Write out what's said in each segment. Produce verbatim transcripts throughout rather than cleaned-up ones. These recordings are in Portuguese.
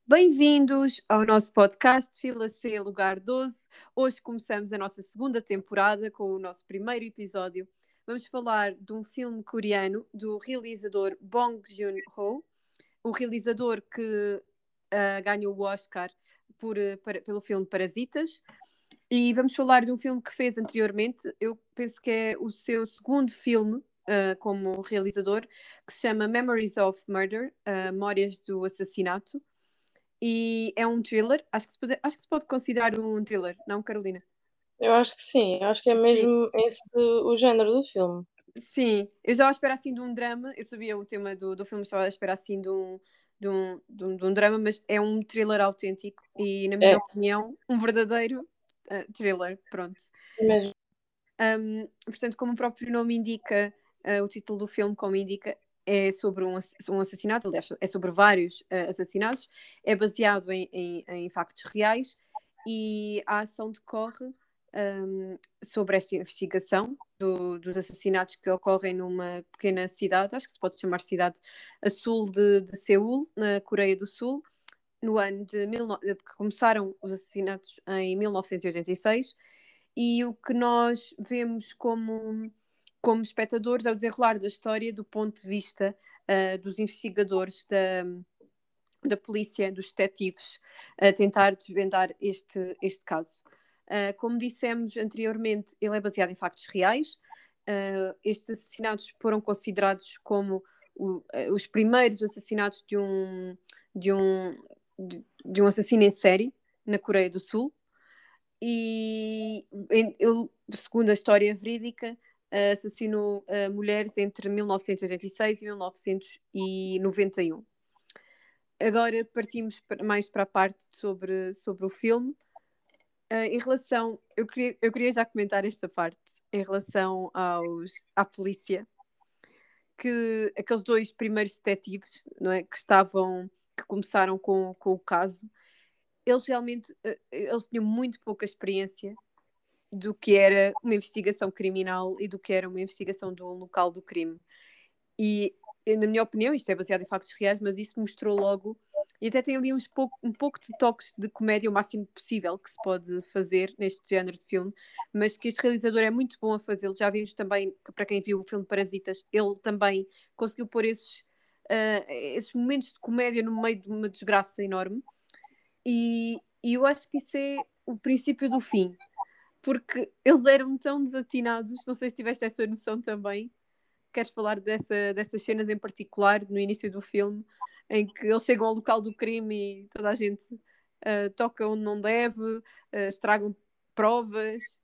Bem-vindos ao nosso podcast Fila C, Lugar doze. Hoje começamos a nossa segunda temporada com o nosso primeiro episódio. Vamos falar de um filme coreano do realizador Bong Joon-ho, o realizador que uh, ganhou o Oscar por, uh, para, pelo filme Parasitas. E vamos falar de um filme que fez anteriormente, eu penso que é o seu segundo filme uh, como realizador, que se chama Memories of Murder, uh, Memórias do Assassinato. E é um thriller, acho que, se pode, acho que se pode considerar um thriller, não, Carolina? Eu acho que sim, acho que é Sim, mesmo esse o género do filme. sim. Eu já estava à espera assim de um drama, eu sabia o tema do, do filme, estava à espera assim de um, de, um, de, um, de um drama, mas é um thriller autêntico e, na minha É, opinião, um verdadeiro uh, thriller, pronto. mesmo. Um, portanto, como o próprio nome indica, uh, o título do filme, como indica, é sobre um, um assassinato, aliás, é sobre vários uh, assassinatos, é baseado em, em, em factos reais e a ação decorre um, sobre esta investigação do, dos assassinatos que ocorrem numa pequena cidade, acho que se pode chamar cidade, a sul de, de Seul, na Coreia do Sul, no ano de mil, que começaram os assassinatos em mil novecentos e oitenta e seis, e o que nós vemos como, como espectadores é o desenrolar da história do ponto de vista uh, dos investigadores da, da polícia, dos detetives, a tentar desvendar este, este caso. Uh, como dissemos anteriormente, ele é baseado em factos reais. Uh, estes assassinatos foram considerados como o, uh, os primeiros assassinatos de um, de, um, de, de um assassino em série na Coreia do Sul. E ele, segundo a história verídica, uh, assassinou uh, mulheres entre mil novecentos e oitenta e seis e mil novecentos e noventa e um. Agora partimos mais para a parte sobre, sobre o filme. Uh, em relação, eu queria, eu queria já comentar esta parte, em relação aos, à polícia, que aqueles dois primeiros detetives, não é, que estavam, que começaram com, com o caso, eles realmente uh, eles tinham muito pouca experiência do que era uma investigação criminal e do que era uma investigação do local do crime. E, na minha opinião, isto é baseado em factos reais, mas isso mostrou logo, e até tem ali uns pouco, um pouco de toques de comédia o máximo possível que se pode fazer neste género de filme, mas que este realizador é muito bom a fazê-lo. Já vimos também, que para quem viu o filme Parasitas, ele também conseguiu pôr esses, uh, esses momentos de comédia no meio de uma desgraça enorme. E, e eu acho que isso é o princípio do fim, porque eles eram tão desatinados, não sei se tiveste essa noção também. Queres falar dessa, dessas cenas em particular, no início do filme, em que eles chegam ao local do crime e toda a gente uh, toca onde não deve, uh, estragam provas.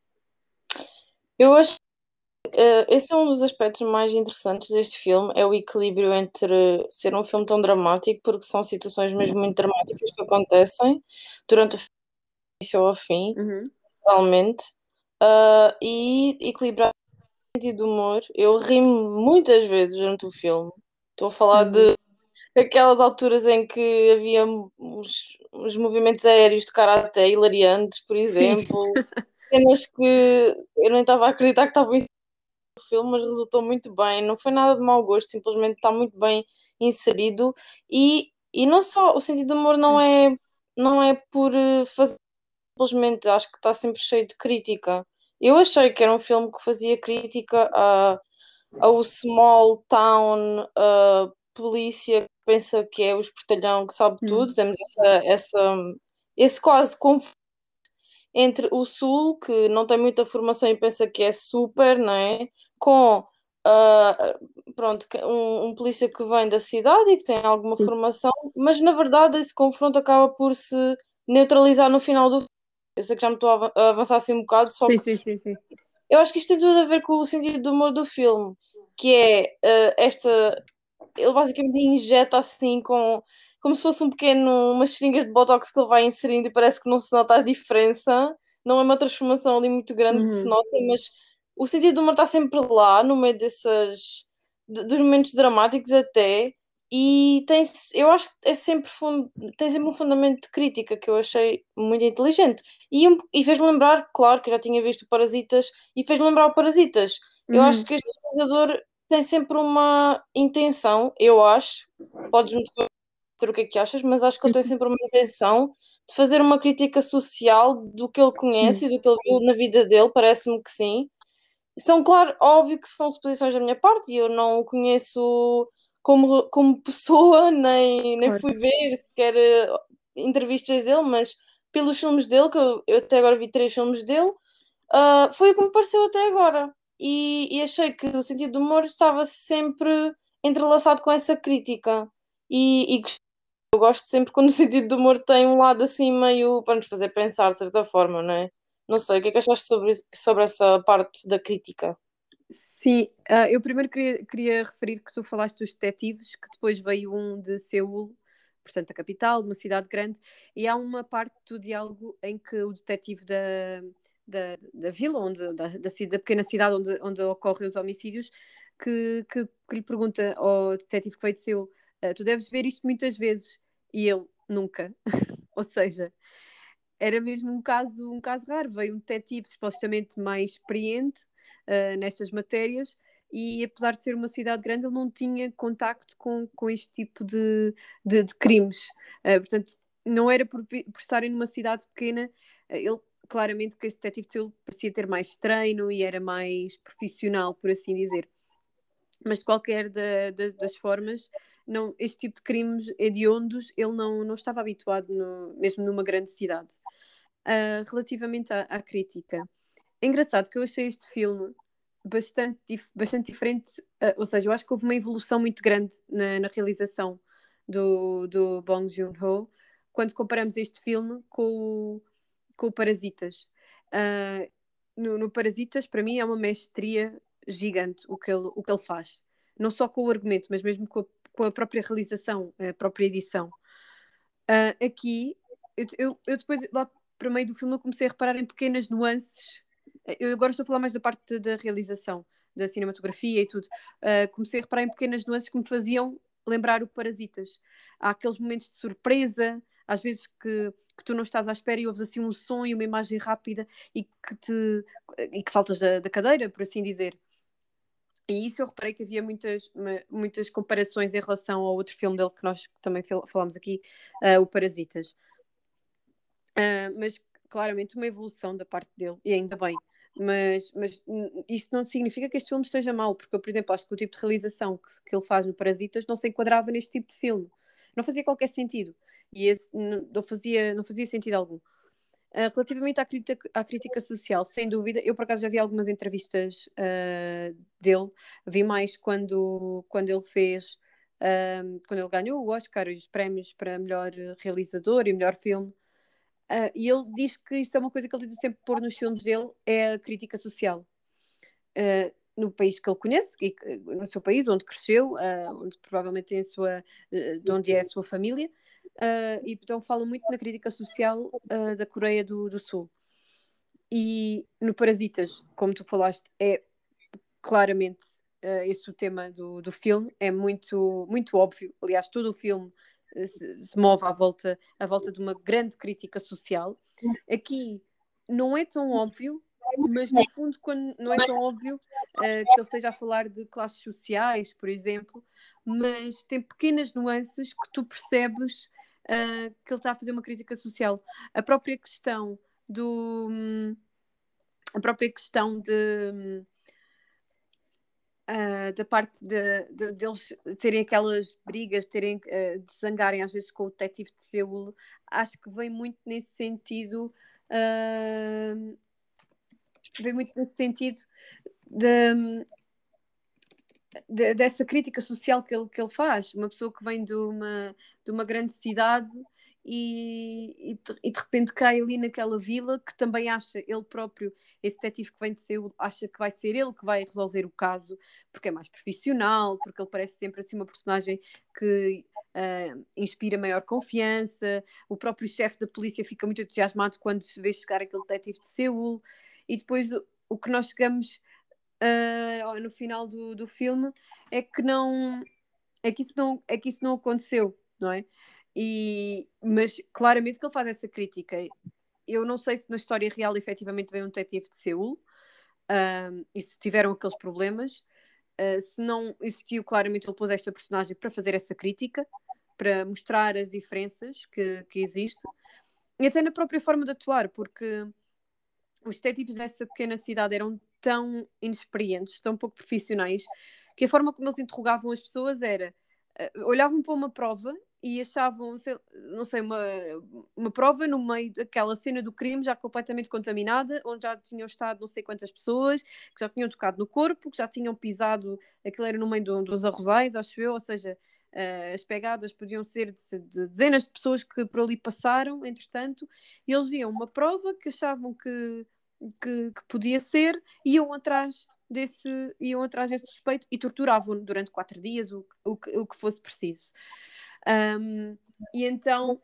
Eu acho que uh, esse é um dos aspectos mais interessantes deste filme, é o equilíbrio entre ser um filme tão dramático, porque são situações mesmo muito dramáticas que acontecem durante o filme, do início ao fim, Uhum. realmente, uh, e equilibrar o sentido de humor. Eu ri-me muitas vezes durante o filme. Estou a falar Uhum. de aquelas alturas em que havia os, os movimentos aéreos de karaté hilariantes, por Sim. exemplo, cenas que eu nem estava a acreditar que estavam em o filme, mas resultou muito bem, não foi nada de mau gosto, simplesmente está muito bem inserido e, e não só, o sentido do humor não é, não é por eh, fazer, simplesmente acho que está sempre cheio de crítica. Eu achei que era um filme que fazia crítica a, ao small town, a polícia que pensa que é o espertalhão que sabe Uhum. tudo, temos essa, essa, esse quase conflito entre o Sul, que não tem muita formação e pensa que é super, não é? Com ah, pronto, que- um, um polícia que vem da cidade e que tem alguma Sim, formação, mas na verdade esse confronto acaba por se neutralizar no final do filme. Eu sei que já me estou a ava- a avançar assim um bocado, só sim, que sim, sim, sim. eu acho que isto tem tudo a ver com o sentido do humor do filme, que é ah, esta. Ele basicamente injeta assim com. Como se fosse um pequeno, umas seringas de botox que ele vai inserindo e parece que não se nota a diferença. Não é uma transformação ali muito grande que se Uhum. nota, mas o sentido do humor está sempre lá, no meio dessas, de- dos momentos dramáticos até, e tem, eu acho que é sempre fun- tem sempre um fundamento de crítica que eu achei muito inteligente. E, um- e fez-me lembrar, claro, que eu já tinha visto o Parasitas, e fez-me lembrar o Parasitas. Eu acho Uhum. que este realizador tem sempre uma intenção, eu acho, podes-me dizer o que é que achas, mas acho que ele tem sempre uma intenção de fazer uma crítica social do que ele conhece e do que ele viu na vida dele, parece-me que sim. São, claro, óbvio que são suposições da minha parte e eu não o conheço como, como pessoa, nem, nem Claro. fui ver sequer eh, entrevistas dele, mas pelos filmes dele, que eu, eu até agora vi três filmes dele, ah, foi o que me pareceu até agora. E, e achei que o sentido do humor estava sempre entrelaçado com essa crítica. E, e gostei- eu gosto sempre quando o sentido do humor tem um lado assim meio para nos fazer pensar de certa forma, não é? Não sei, o que é que achaste sobre, isso- sobre essa parte da crítica? Sim, ah, eu primeiro queria, queria referir que tu falaste dos detetives, que depois veio um de Seul, portanto a capital, de uma cidade grande, e há uma parte do diálogo em que o detetive da, da, da vila, onde, da, da, ci- da pequena cidade onde, onde ocorrem os homicídios, que, que, que lhe pergunta ao detetive que veio de Seul, ah, tu deves ver isto muitas vezes, e ele, nunca. Ou seja, era mesmo um caso, um caso raro. Veio um detetive supostamente mais experiente uh, nestas matérias e, apesar de ser uma cidade grande, ele não tinha contacto com, com este tipo de, de, de crimes. Uh, portanto, não era por, por estarem numa cidade pequena, uh, ele claramente que esse detetive de Seul parecia ter mais treino e era mais profissional, por assim dizer. Mas de qualquer da, da, das formas, não, este tipo de crimes hediondos ele não, não estava habituado, no, mesmo numa grande cidade. Uh, relativamente à, à crítica, é engraçado que eu achei este filme bastante, dif bastante diferente, uh, ou seja, eu acho que houve uma evolução muito grande na, na realização do, do Bong Joon-ho quando comparamos este filme com o, com o Parasitas. Uh, no, no Parasitas, para mim, é uma mestria gigante o que ele, o que ele faz. Não só com o argumento, mas mesmo com a, com a própria realização, a própria edição. Uh, aqui, eu, eu, eu depois, lá para meio do filme, eu comecei a reparar em pequenas nuances. Eu agora estou a falar mais da parte da realização, da cinematografia e tudo. Uh, comecei a reparar em pequenas nuances que me faziam lembrar o Parasitas. Há aqueles momentos de surpresa, às vezes que, que tu não estás à espera e ouves assim um som e uma imagem rápida e que, te, e que saltas da, da cadeira, por assim dizer. E isso eu reparei que havia muitas, muitas comparações em relação ao outro filme dele que nós também falámos aqui, uh, o Parasitas. Uh, mas claramente uma evolução da parte dele, e ainda bem. Mas, mas isto não significa que este filme esteja mal, porque eu, por exemplo, acho que o tipo de realização que, que ele faz no Parasitas não se enquadrava neste tipo de filme. Não fazia qualquer sentido. E esse não, não fazia, não fazia sentido algum. Uh, relativamente à crítica, à crítica social, sem dúvida, eu por acaso já vi algumas entrevistas uh, dele, vi mais quando, quando ele fez, uh, quando ele ganhou o Oscar e os prémios para melhor realizador e melhor filme, uh, e ele diz que isso é uma coisa que ele tenta sempre pôr nos filmes dele, é a crítica social. Uh, no país que ele conhece, e, no seu país, onde cresceu, uh, onde provavelmente tem a sua, uh, de onde é a sua família, uh, e então fala muito na crítica social uh, da Coreia do, do Sul. E no Parasitas, como tu falaste, é claramente uh, esse o tema do, do filme, é muito, muito óbvio. Aliás, todo o filme uh, se, se move à volta, à volta de uma grande crítica social. Aqui não é tão óbvio, mas no fundo, quando não é tão óbvio uh, que ele esteja a falar de classes sociais, por exemplo, mas tem pequenas nuances que tu percebes uh, que ele está a fazer uma crítica social. A própria questão do. A própria questão de. Uh, da parte de, de, deles terem aquelas brigas, terem uh, de zangarem às vezes com o detetive de Seul, acho que vem muito nesse sentido. Uh, vem muito nesse sentido de, de, dessa crítica social que ele, que ele faz. Uma pessoa que vem de uma, de uma grande cidade e, e, de, e de repente cai ali naquela vila que também acha ele próprio, esse detetive que vem de Seul, acha que vai ser ele que vai resolver o caso, porque é mais profissional, porque ele parece sempre assim uma personagem que uh, inspira maior confiança. O próprio chefe da polícia fica muito entusiasmado quando se vê chegar aquele detetive de Seul, e depois o, o que nós chegamos uh, no final do, do filme é que não é que isso não é que isso não aconteceu, não é? E, mas claramente que ele faz essa crítica. Eu não sei se na história real efetivamente veio um detetive de Seul uh, e se tiveram aqueles problemas. Uh, se não existiu, claramente ele pôs esta personagem para fazer essa crítica. para mostrar as diferenças que, que existem, e até na própria forma de atuar, porque os detetives dessa pequena cidade eram tão inexperientes, tão pouco profissionais, que a forma como eles interrogavam as pessoas era, uh, olhavam para uma prova e achavam, sei, não sei, uma, uma prova no meio daquela cena do crime já completamente contaminada, onde já tinham estado não sei quantas pessoas, que já tinham tocado no corpo, que já tinham pisado, aquilo era no meio do, dos arrozais, acho eu, ou seja, uh, as pegadas podiam ser de, de dezenas de pessoas que por ali passaram, entretanto, e eles viam uma prova que achavam que, que, que podia ser, e iam atrás desse, iam atrás desse suspeito e torturavam-no durante quatro dias, o, o, o que fosse preciso. Um, e então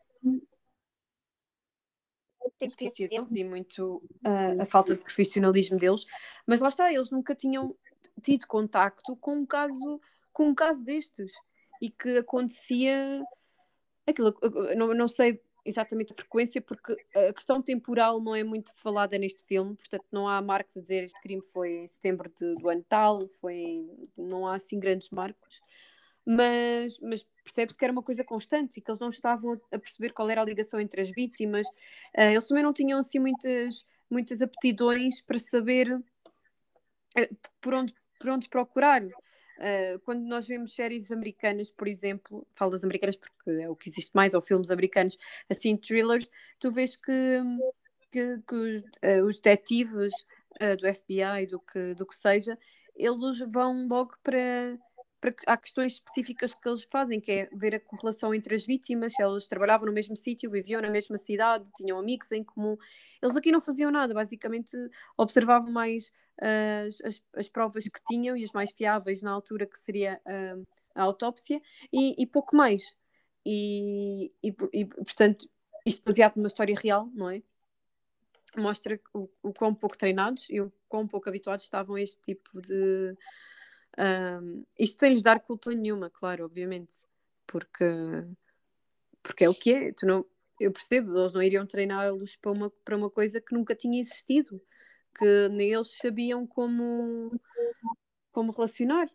a experiência deles e muito uh, a falta de profissionalismo deles, mas lá está, eles nunca tinham tido contacto com um caso, com um caso destes, e que acontecia aquilo, não, não sei exatamente a frequência, porque a questão temporal não é muito falada neste filme, portanto não há marcos a dizer este crime foi em setembro de, do ano tal, foi em, não há assim grandes marcos, mas, mas percebe-se que era uma coisa constante e que eles não estavam a perceber qual era a ligação entre as vítimas. Uh, eles também não tinham assim muitas, muitas aptidões para saber uh, por, onde, por onde procurar. Uh, quando nós vemos séries americanas, por exemplo, falo das americanas porque é o que existe mais, ou filmes americanos, assim, thrillers, tu vês que, que, que os, uh, os detetives uh, do F B I, do que, do que seja, eles vão logo para, para. Há questões específicas que eles fazem, que é ver a correlação entre as vítimas, se elas trabalhavam no mesmo sítio, viviam na mesma cidade, tinham amigos em comum. Eles aqui não faziam nada, basicamente observavam mais as, as, as provas que tinham e as mais fiáveis na altura, que seria uh, a autópsia, e, e pouco mais. E, e, e, portanto, isto baseado numa história real, não é? Mostra o, o quão pouco treinados e o quão pouco habituados estavam a este tipo de... Um, isto sem lhes dar culpa nenhuma, claro, obviamente, porque, porque é o que é. Tu não, eu percebo, eles não iriam treiná-los para uma, para uma coisa que nunca tinha existido, que nem eles sabiam como, como relacionar.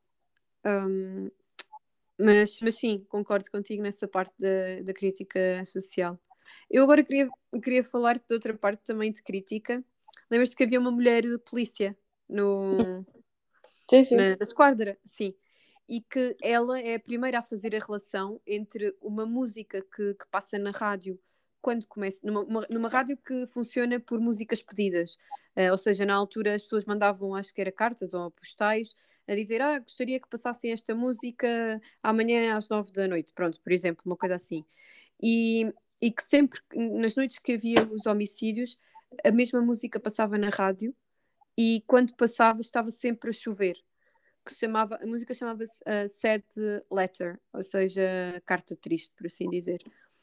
Um, mas, mas sim, concordo contigo nessa parte da, da crítica social. Eu agora queria, queria falar de outra parte também de crítica. Lembras-te que havia uma mulher de polícia no, Sim, sim. na, na esquadra? Sim. E que ela é a primeira a fazer a relação entre uma música que, que passa na rádio quando começa, numa, uma, numa rádio que funciona por músicas pedidas, uh, ou seja, na altura as pessoas mandavam, acho que era cartas ou postais, a dizer, ah, gostaria que passassem esta música amanhã às nove da noite, pronto, por exemplo, uma coisa assim. E, e que sempre, nas noites que havia os homicídios, a mesma música passava na rádio e quando passava estava sempre a chover. Que se chamava, a música chamava-se uh, Sad Letter, ou seja, carta triste, por assim dizer.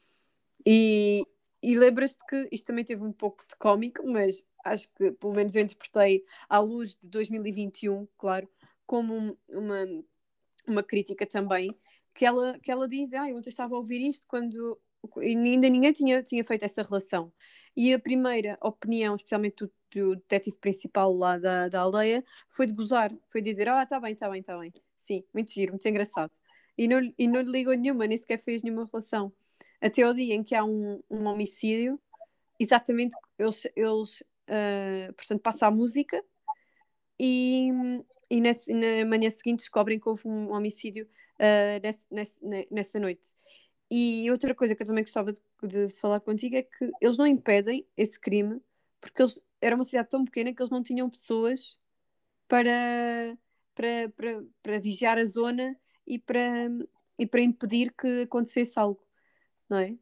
E, e lembras-te que isto também teve um pouco de cómico, mas acho que pelo menos eu interpretei à luz de dois mil e vinte e um, claro, como um, uma, uma crítica também, que ela, que ela diz, ah, eu ontem estava a ouvir isto quando e ainda ninguém tinha, tinha feito essa relação. E a primeira opinião, especialmente do, do detetive principal lá da, da aldeia, foi de gozar, foi dizer, ah, está bem, está bem, está bem. Sim, muito giro, muito engraçado. E não, e não lhe ligou nenhuma, nem sequer fez nenhuma relação. Até o dia em que há um, um homicídio, exatamente, eles, eles uh, portanto, passa a música e, e nesse, na manhã seguinte descobrem que houve um homicídio uh, nesse, nesse, nessa noite. E outra coisa que eu também gostava de, de falar contigo é que eles não impedem esse crime porque eles, era uma cidade tão pequena que eles não tinham pessoas para, para, para, para vigiar a zona e para, e para impedir que acontecesse algo, não é?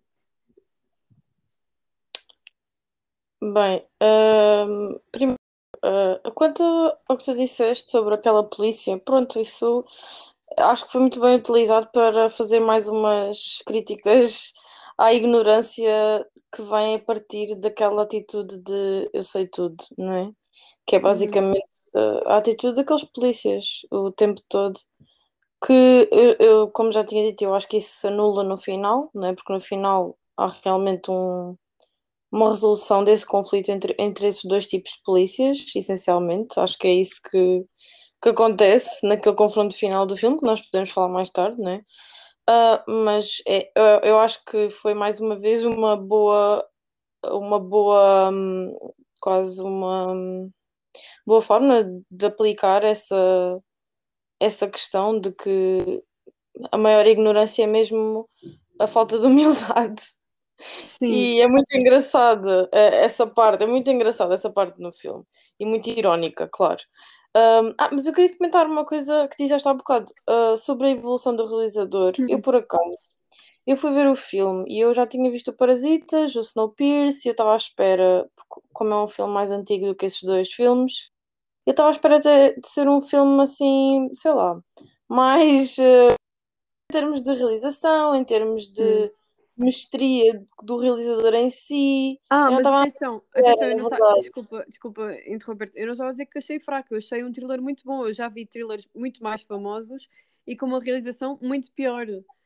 Bem, hum, primeiro, uh, quanto ao que tu disseste sobre aquela polícia, pronto, isso acho que foi muito bem utilizado para fazer mais umas críticas à ignorância que vem a partir daquela atitude de eu sei tudo, não é? Que é Uhum. basicamente uh, a atitude daqueles polícias o tempo todo. Que eu, eu, como já tinha dito, eu acho que isso se anula no final, não é? Porque no final há realmente um uma resolução desse conflito entre, entre esses dois tipos de polícias, essencialmente. Acho que é isso que, que acontece naquele confronto final do filme, que nós podemos falar mais tarde, né? Uh, mas é, eu, eu acho que foi mais uma vez uma boa, uma boa, hum, quase uma hum, boa forma de aplicar essa, essa questão de que a maior ignorância é mesmo a falta de humildade. Sim. E é muito engraçada eh, essa parte, é muito engraçada essa parte no filme. E muito irónica, claro. Um, ah, mas eu queria te comentar uma coisa que disseste há bocado, uh, sobre a evolução do realizador. Eu, Hum. por acaso, eu fui ver o filme e eu já tinha visto o Parasitas, o Snowpiercer, e eu estava à espera, porque como é um filme mais antigo do que esses dois filmes, eu estava à espera de, de ser um filme assim, sei lá, mais eh, em termos de realização, em termos Hum. de mestria do realizador em si. Ah, Eu não mas estava à atenção, atenção, espera, eu na não tá... verdade. desculpa, desculpa interromper-te. Eu não estava a dizer que achei fraco, eu achei um thriller muito bom. Eu já vi thrillers muito mais famosos e com uma realização muito pior.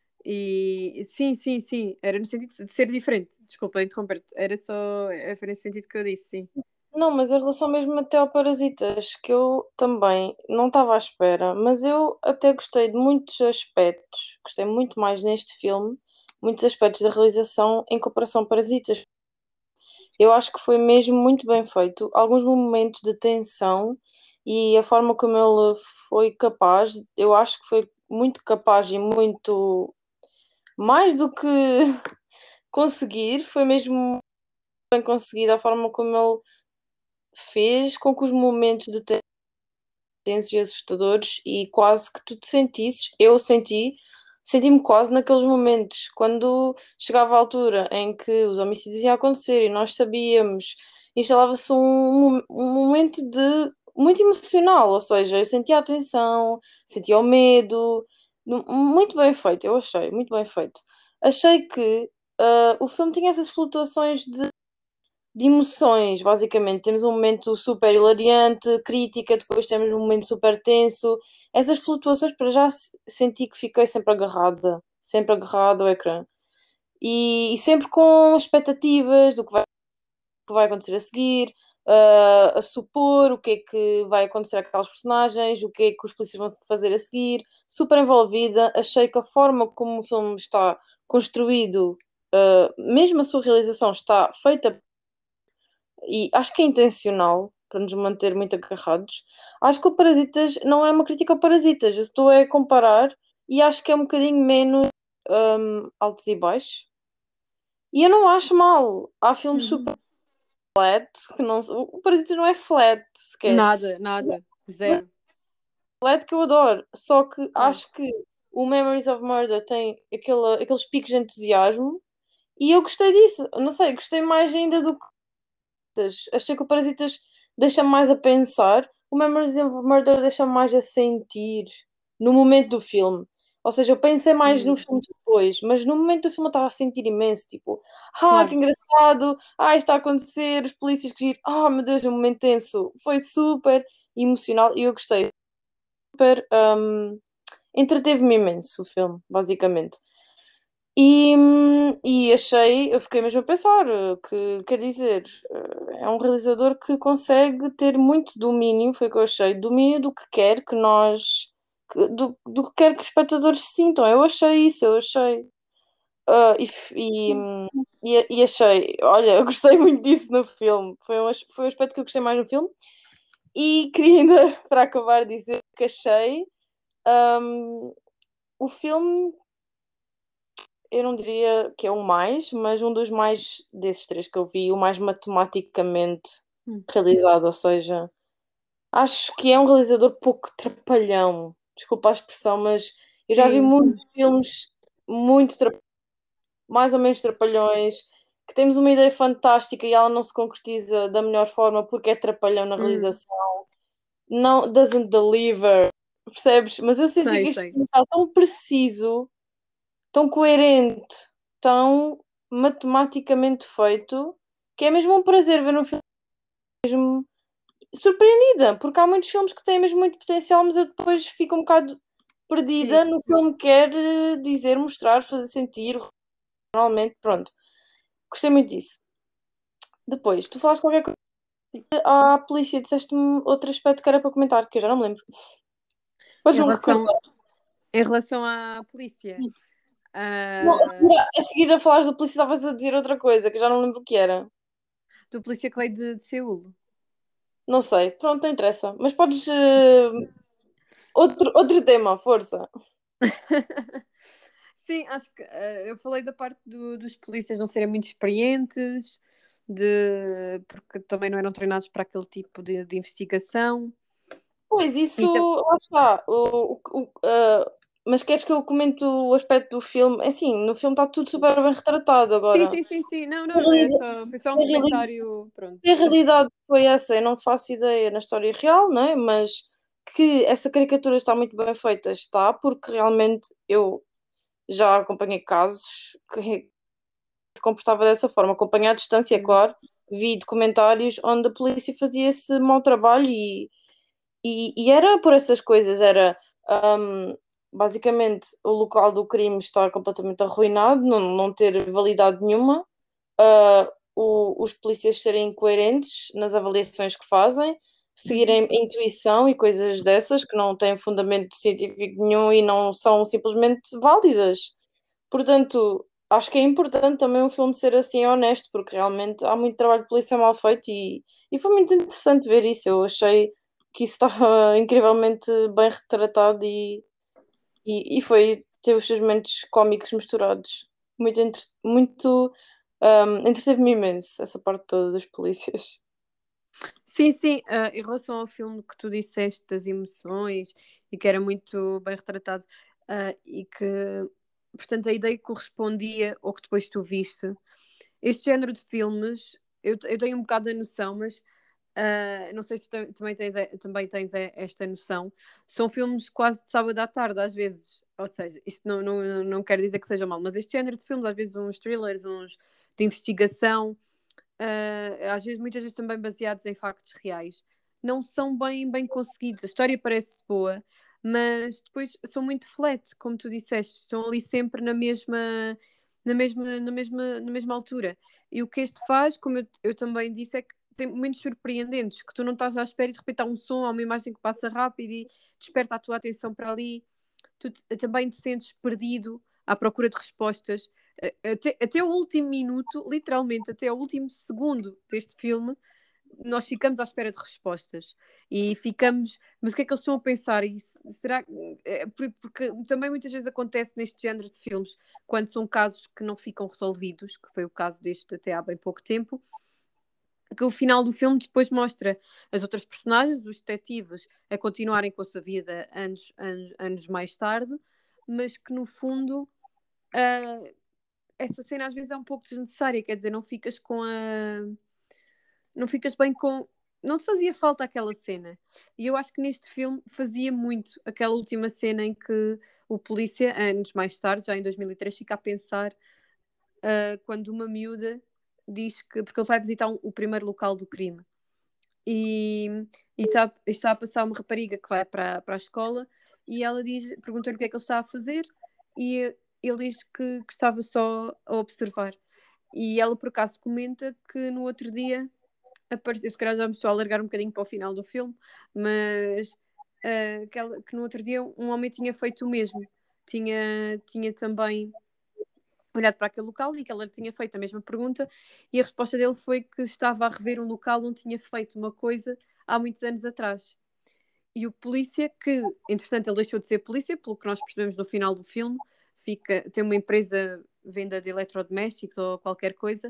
E sim, sim, sim, era no sentido de ser diferente. Desculpa interromper-te, era só, é, foi nesse sentido que eu disse, sim. Não, mas em relação mesmo até ao Parasitas, que eu também não estava à espera, mas eu até gostei de muitos aspectos, gostei muito mais neste filme, muitos aspectos da realização em comparação a Parasitas. Eu acho que foi mesmo muito bem feito, alguns momentos de tensão e a forma como ele foi capaz, eu acho que foi muito capaz e muito mais do que conseguir, foi mesmo bem conseguido a forma como ele fez com que os momentos de tensos e assustadores e quase que tu te sentisses, eu senti, senti-me quase naqueles momentos, quando chegava a altura em que os homicídios iam acontecer e nós sabíamos, instalava-se um, um momento de muito emocional, ou seja, eu sentia a tensão, sentia o medo, nu- muito bem feito, eu achei, muito bem feito. Achei que ah, o filme tinha essas flutuações de de emoções, basicamente. Temos um momento super hilariante, crítica, depois temos um momento super tenso. Essas flutuações, para já se- senti que fiquei sempre agarrada, sempre agarrada ao ecrã. E, e sempre com expectativas do que vai, que vai acontecer a seguir, ah, a supor o que é que vai acontecer àquelas personagens, o que é que os polícias vão fazer a seguir. Super envolvida. Achei que a forma como o filme está construído, ah, mesmo a sua realização, está feita e acho que é intencional para nos manter muito agarrados. Acho que o Parasitas não é uma crítica ao Parasitas, eu estou a comparar e acho que é um bocadinho menos hum, altos e baixos. E eu não acho mal. Há filmes Uhum. super flat que não. O Parasitas não é flat sequer. Nada, nada, zero. Flat que eu adoro. Só que Claro. acho que o Memories of Murder tem aquele, aqueles picos de entusiasmo e eu gostei disso. Não sei, gostei mais ainda do que Parasitas. Achei que o Parasitas deixa-me mais a pensar, o Memories of Murder deixa-me mais a sentir no momento do filme. Ou seja, eu pensei mais no Hum. filme depois, mas no momento do filme eu estava a sentir imenso, tipo, ah, que Claro. engraçado, ah, isto está a acontecer, os polícias que giram, ah, meu Deus, um momento tenso. Foi super emocional e eu gostei, super, hum, entreteve-me imenso o filme, basicamente. E, hum, e achei, eu fiquei mesmo a pensar, eh, que quer dizer, eh, é um realizador que consegue ter muito domínio, foi o que eu achei, domínio do que quer que nós, que- do, do que quer que os espectadores sintam. Eu achei isso, eu achei. Ah, e, f- e, hum, e, e achei, olha, eu gostei muito disso no filme. Foi um, as- foi o aspecto que eu gostei mais no filme. E queria ainda, para acabar, dizer que achei, hum, o filme eu não diria que é o mais, mas um dos mais desses três que eu vi, o mais matematicamente Hum. realizado, ou seja, acho que é um realizador pouco trapalhão. Desculpa a expressão, mas eu já vi Sim, sim. muitos filmes muito tra- mais ou menos trapalhões, que temos uma ideia fantástica e ela não se concretiza da melhor forma porque é trapalhão na Hum. realização. Não, doesn't deliver, percebes? Mas eu senti Sei, que este sei. filme está tão preciso, tão coerente, tão matematicamente feito, que é mesmo um prazer ver um filme mesmo surpreendida, porque há muitos filmes que têm mesmo muito potencial, mas eu depois fico um bocado Sim, perdida no que ele me quer eh, dizer, mostrar, fazer sentir, realmente, pronto. Gostei muito disso. Depois, tu falaste qualquer coisa sim. à polícia, disseste-me outro aspecto que era para comentar, que eu já não me lembro. Em Podes-me relação, recordar? em relação à polícia. Não, a Uh, seguir a, a seguir a falar da polícia estavas a dizer outra coisa, que eu já não lembro o que era. do polícia que veio de, de Seul. Não sei, pronto, não interessa. Mas podes. eh, outro, outro tema, força. Sim, acho que eh, eu falei da parte do- dos polícias não serem muito experientes, de, porque também não eram treinados para aquele tipo de, de investigação. Pois, isso, E tam- lá está. O, o, o- ah, mas queres que eu comente o aspecto do filme? É assim, no filme está tudo super bem retratado sim, agora. sim, sim, sim. Não, Se a não, é realidade, só, foi só se um a reali- comentário, pronto. se a realidade foi essa, eu não faço ideia na história real, não é? Mas que essa caricatura está muito bem feita, está, porque realmente eu já acompanhei casos que se comportava dessa forma, acompanhei à distância, Hum. claro, vi documentários onde a polícia fazia esse mau trabalho e, e, e era por essas coisas, era hum, basicamente o local do crime estar completamente arruinado, não, não ter validade nenhuma, ah, o- os polícias serem incoerentes nas avaliações que fazem, Uhum. seguirem a intuição e coisas dessas que não têm fundamento científico nenhum e não são simplesmente válidas. Portanto, acho que é importante também um filme ser assim honesto, porque realmente há muito trabalho de polícia mal feito e, e foi muito interessante ver isso. Eu achei que isso estava incrivelmente bem retratado e, e, e foi ter os seus momentos cómicos misturados. Muito, entre, muito um, entreteve-me imenso essa parte toda das polícias. Sim, sim, ah, em relação ao filme que tu disseste das emoções e que era muito bem retratado, ah, e que, portanto, a ideia correspondia ao que depois tu viste. Este género de filmes, eu, eu tenho um bocado a noção, mas ah, não sei se tu também tens, eh, também tens eh, esta noção. São filmes quase de sábado à tarde, às vezes. Ou seja, isto não, não, não quer dizer que seja mal, mas este género de filmes, às vezes uns thrillers, uns de investigação, ah, às vezes, muitas vezes também baseados em factos reais, não são bem, bem conseguidos. A história parece boa, mas depois são muito flat, como tu disseste, estão ali sempre na mesma, na mesma, na mesma, na mesma altura. E o que este faz, como eu, eu também disse, é que tem momentos surpreendentes, que tu não estás à espera e de repente há um som, há uma imagem que passa rápido e desperta a tua atenção para ali. Tu te- também te sentes perdido à procura de respostas. Eh, Até, até o último minuto, literalmente, até o último segundo deste filme, nós ficamos à espera de respostas e ficamos, mas o que é que eles estão a pensar? E será é, porque também muitas vezes acontece neste género de filmes, quando são casos que não ficam resolvidos, que foi o caso deste até há bem pouco tempo, que o final do filme depois mostra as outras personagens, os detetives, a continuarem com a sua vida anos, anos, anos mais tarde, mas que no fundo uh, essa cena às vezes é um pouco desnecessária, quer dizer, não ficas com a. Não ficas bem com. Não te fazia falta aquela cena. E eu acho que neste filme fazia muito aquela última cena em que o polícia, anos mais tarde, já em dois mil e três, fica a pensar uh, quando uma miúda diz que. Porque ele vai visitar um, o primeiro local do crime. E, e está, está a passar uma rapariga que vai para, para a escola e ela diz, pergunta-lhe o que é que ele está a fazer e ele diz que, que estava só a observar. E ela por acaso comenta que no outro dia apareceu, se calhar já me estou a alargar um bocadinho para o final do filme, mas uh, que, ela, que no outro dia um homem tinha feito o mesmo. Tinha, tinha também olhado para aquele local e que ela tinha feito a mesma pergunta e a resposta dele foi que estava a rever um local onde tinha feito uma coisa há muitos anos atrás. E o polícia, que entretanto ele deixou de ser polícia, pelo que nós percebemos no final do filme, fica, tem uma empresa venda de eletrodomésticos ou qualquer coisa,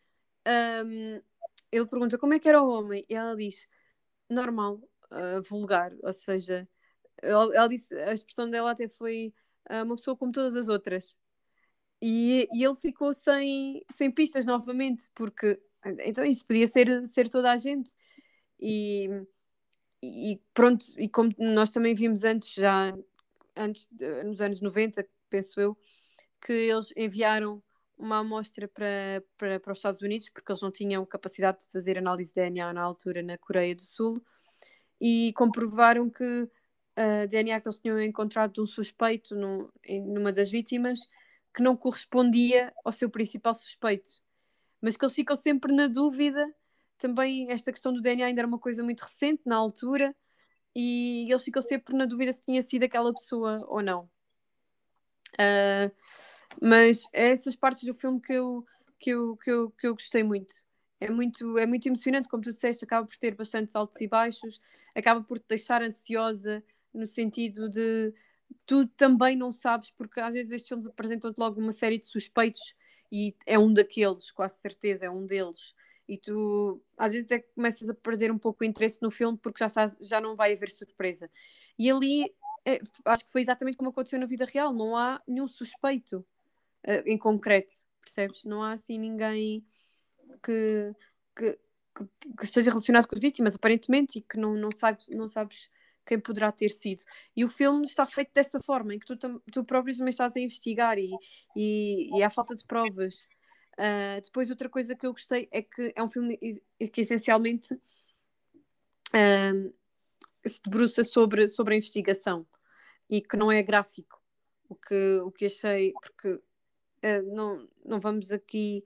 um, ele pergunta como é que era o homem e ela diz normal, uh, vulgar, ou seja, ela, ela disse, a expressão dela até foi uh, uma pessoa como todas as outras. E, e ele ficou sem, sem pistas novamente, porque então isso podia ser, ser toda a gente. E, e pronto, e como nós também vimos antes, já antes, nos anos noventa penso eu, que eles enviaram uma amostra para, para, para os Estados Unidos, porque eles não tinham capacidade de fazer análise de D N A na altura na Coreia do Sul, e comprovaram que a D N A que eles tinham encontrado de um suspeito no, em, numa das vítimas que não correspondia ao seu principal suspeito. Mas que eles ficam sempre na dúvida. Também esta questão do D N A ainda era uma coisa muito recente na altura e eles ficam sempre na dúvida se tinha sido aquela pessoa ou não. Uh, Mas é essas partes do filme que eu, que eu, que eu, que eu gostei muito. É muito, é muito emocionante, como tu disseste, acaba por ter bastantes altos e baixos, acaba por te deixar ansiosa, no sentido de tu também não sabes, porque às vezes estes filmes apresentam-te logo uma série de suspeitos e é um daqueles, quase certeza, é um deles. E tu às vezes é que começas a perder um pouco o interesse no filme porque já, sabes, já não vai haver surpresa. E ali é, acho que foi exatamente como aconteceu na vida real, não há nenhum suspeito uh, em concreto, percebes? Não há assim ninguém que, que, que, que esteja relacionado com as vítimas, aparentemente, e que não, não, sabe, não sabes quem poderá ter sido. E o filme está feito dessa forma, em que tu, tu próprio também estás a investigar e, e, e há falta de provas. Uh, depois, outra coisa que eu gostei é que é um filme que essencialmente uh, se debruça sobre, sobre a investigação e que não é gráfico. O que, o que achei, porque uh, não, não vamos aqui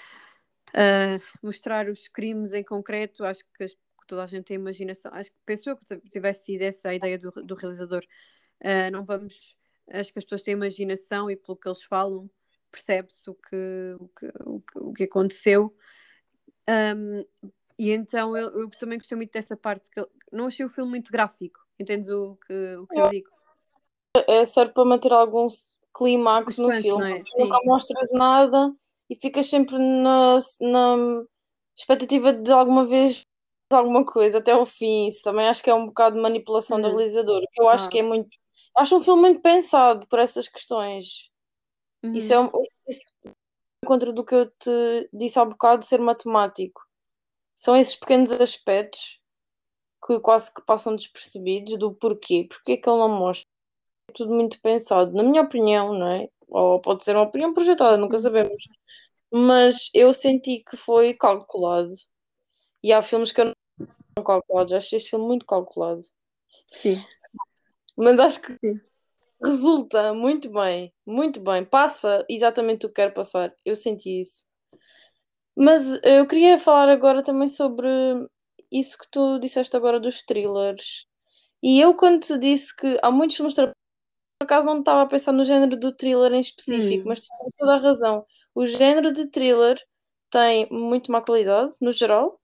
uh, mostrar os crimes em concreto, acho que, as, que toda a gente tem imaginação, acho que penso eu que tivesse sido essa a ideia do, do realizador. Uh, não vamos, acho que as pessoas têm imaginação e pelo que eles falam percebe-se o que, o que, o que, o que aconteceu. Um, e então eu, eu também gostei muito dessa parte, que eu, não achei o filme muito gráfico, entendes o que, o que eu digo? É, serve para manter algum clímax no Suspense, filme, não é? porque nunca Sim. mostras nada e ficas sempre na, na expectativa de alguma vez alguma coisa até ao fim. Isso também acho que é um bocado de manipulação do Hum. realizador. Eu acho que Ah. é muito. Acho um filme muito pensado por essas questões. Isso Uhum. é um, isso é contra do que eu te disse há bocado de ser matemático. São esses pequenos aspectos que quase que passam despercebidos do porquê. Porquê é que ele não mostra? É tudo muito pensado, na minha opinião, não é? Ou pode ser uma opinião projetada, nunca Sim. sabemos. Mas eu senti que foi calculado. E há filmes que eu não calculado, acho este filme muito calculado. Sim. Mas acho que Sim. resulta muito bem, muito bem. Passa exatamente o que quero passar. Eu senti isso. Mas eh, eu queria falar agora também sobre isso que tu disseste agora dos thrillers. E eu, quando te disse que há muitos filmes, por acaso não estava a pensar no género do thriller em específico, Hum. mas tu tens toda a razão. O género de thriller tem muito má qualidade, no geral,